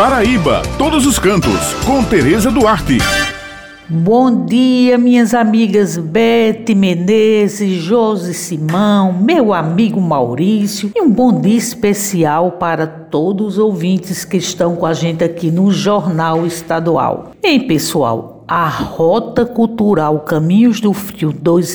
Paraíba, todos os cantos, com Tereza Duarte. Bom dia, minhas amigas Bete Menezes, Josi Simão, meu amigo Maurício, e um bom dia especial para todos os ouvintes que estão com a gente aqui no Jornal Estadual. Bem, pessoal, a Rota Cultural Caminhos do Frio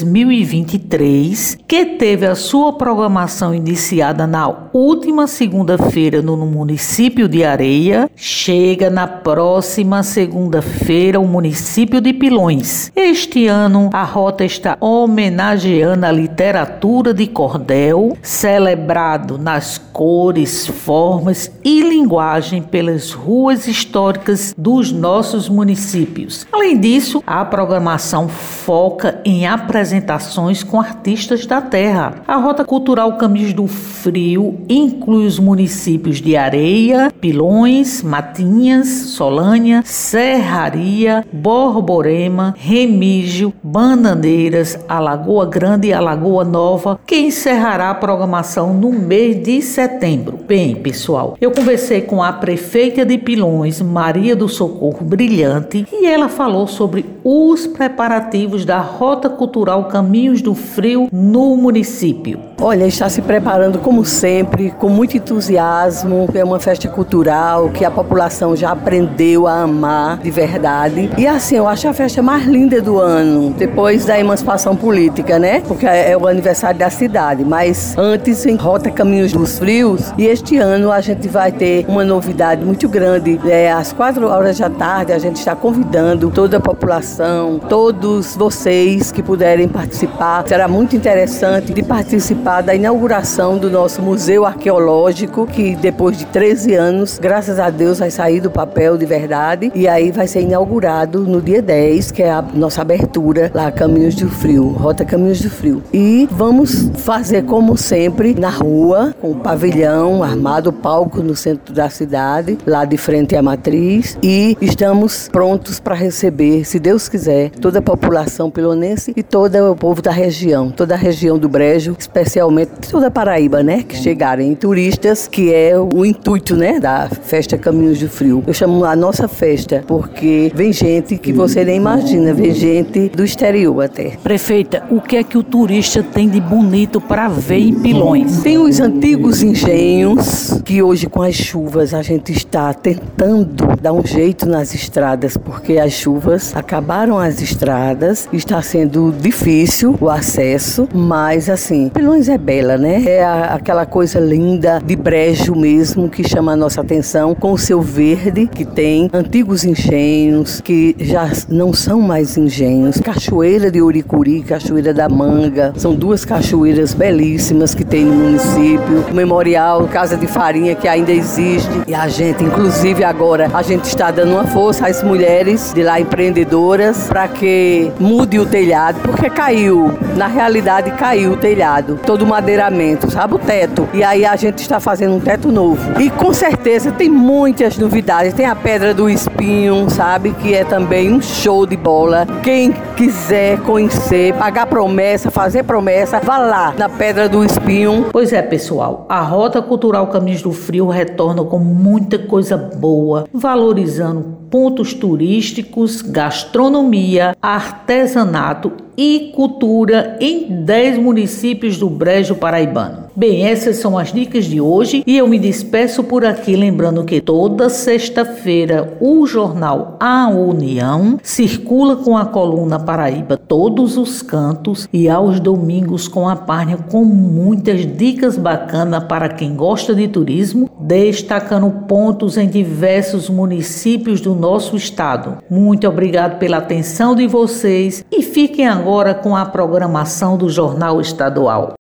2023, que teve a sua programação iniciada na última segunda-feira no município de Areia, chega na próxima segunda-feira ao município de Pilões. Este ano, a rota está homenageando a literatura de cordel, celebrado nas cores, formas e linguagem pelas ruas históricas dos nossos municípios. Além disso, a programação foca em apresentações com artistas da terra. A Rota Cultural Caminhos do Frio inclui os municípios de Areia, Pilões, Matinhas, Solânia, Serraria, Borborema, Remígio, Bananeiras, Alagoa Grande e Alagoa Nova, que encerrará a programação no mês de setembro. Bem, pessoal, eu conversei com a prefeita de Pilões, Maria do Socorro Brilhante, e ela falou sobre os preparativos da Rota Cultural Caminhos do Frio no município. Olha, está se preparando como sempre, com muito entusiasmo. É uma festa cultural que a população já aprendeu a amar de verdade. E assim, eu acho a festa mais linda do ano, depois da emancipação política, né? Porque é o aniversário da cidade. Mas antes, em Rota Caminhos dos Frios, e este ano a gente vai ter uma novidade muito grande. Às 4 horas da tarde, a gente está convidando toda a população, todos vocês que puderem participar. Será muito interessante de participar da inauguração do nosso Museu Arqueológico, que depois de 13 anos, graças a Deus, vai sair do papel de verdade, e aí vai ser inaugurado no dia 10, que é a nossa abertura lá, Caminhos do Frio, Rota Caminhos do Frio. E vamos fazer como sempre, na rua, com o pavilhão armado, o palco no centro da cidade, lá de frente à matriz, e estamos prontos para receber, se Deus quiser, toda a população pilonense e todo o povo da região, toda a região do Brejo, especialmente toda a Paraíba, né, que chegarem turistas, que é o intuito, né, da festa Caminhos do Frio. Eu chamo a nossa festa porque vem gente que você nem imagina, vem gente do exterior até. Prefeita, o que é que o turista tem de bonito para ver em Pilões? Tem os antigos engenhos, que hoje com as chuvas a gente está tentando dar um jeito nas estradas, porque as chuvas acabaram as estradas, está sendo difícil o acesso, mas assim, Pilões é bela, né? É aquela coisa linda de brejo mesmo que chama a nossa atenção, com o seu verde, que tem antigos engenhos, que já não são mais engenhos. Cachoeira de Uricuri, Cachoeira da Manga, são duas cachoeiras belíssimas que tem no município. O Memorial Casa de Farinha, que ainda existe. E a gente, inclusive agora, a gente está dando uma força às mulheres de lá, empreendedoras, para que mude o telhado, porque caiu. Na realidade, caiu o telhado. Todo o madeiramento, sabe? O teto. E aí a gente está fazendo um teto novo. E com certeza tem muitas novidades. Tem a Pedra do Espinho, sabe? Que é também um show de bola. Quem quiser conhecer, pagar promessa, fazer promessa, vá lá na Pedra do Espinho. Pois é, pessoal. A Rota Cultural Caminhos do Frio retorna com muita coisa boa, valorizando pontos turísticos, gastronomia, artesanato e cultura em 10 municípios do Brejo Paraibano. Bem, essas são as dicas de hoje e eu me despeço por aqui, lembrando que toda sexta-feira o jornal A União circula com a coluna Paraíba Todos os Cantos e aos domingos com a página com muitas dicas bacanas para quem gosta de turismo, destacando pontos em diversos municípios do nosso estado. Muito obrigado pela atenção de vocês e fiquem agora com a programação do Jornal Estadual.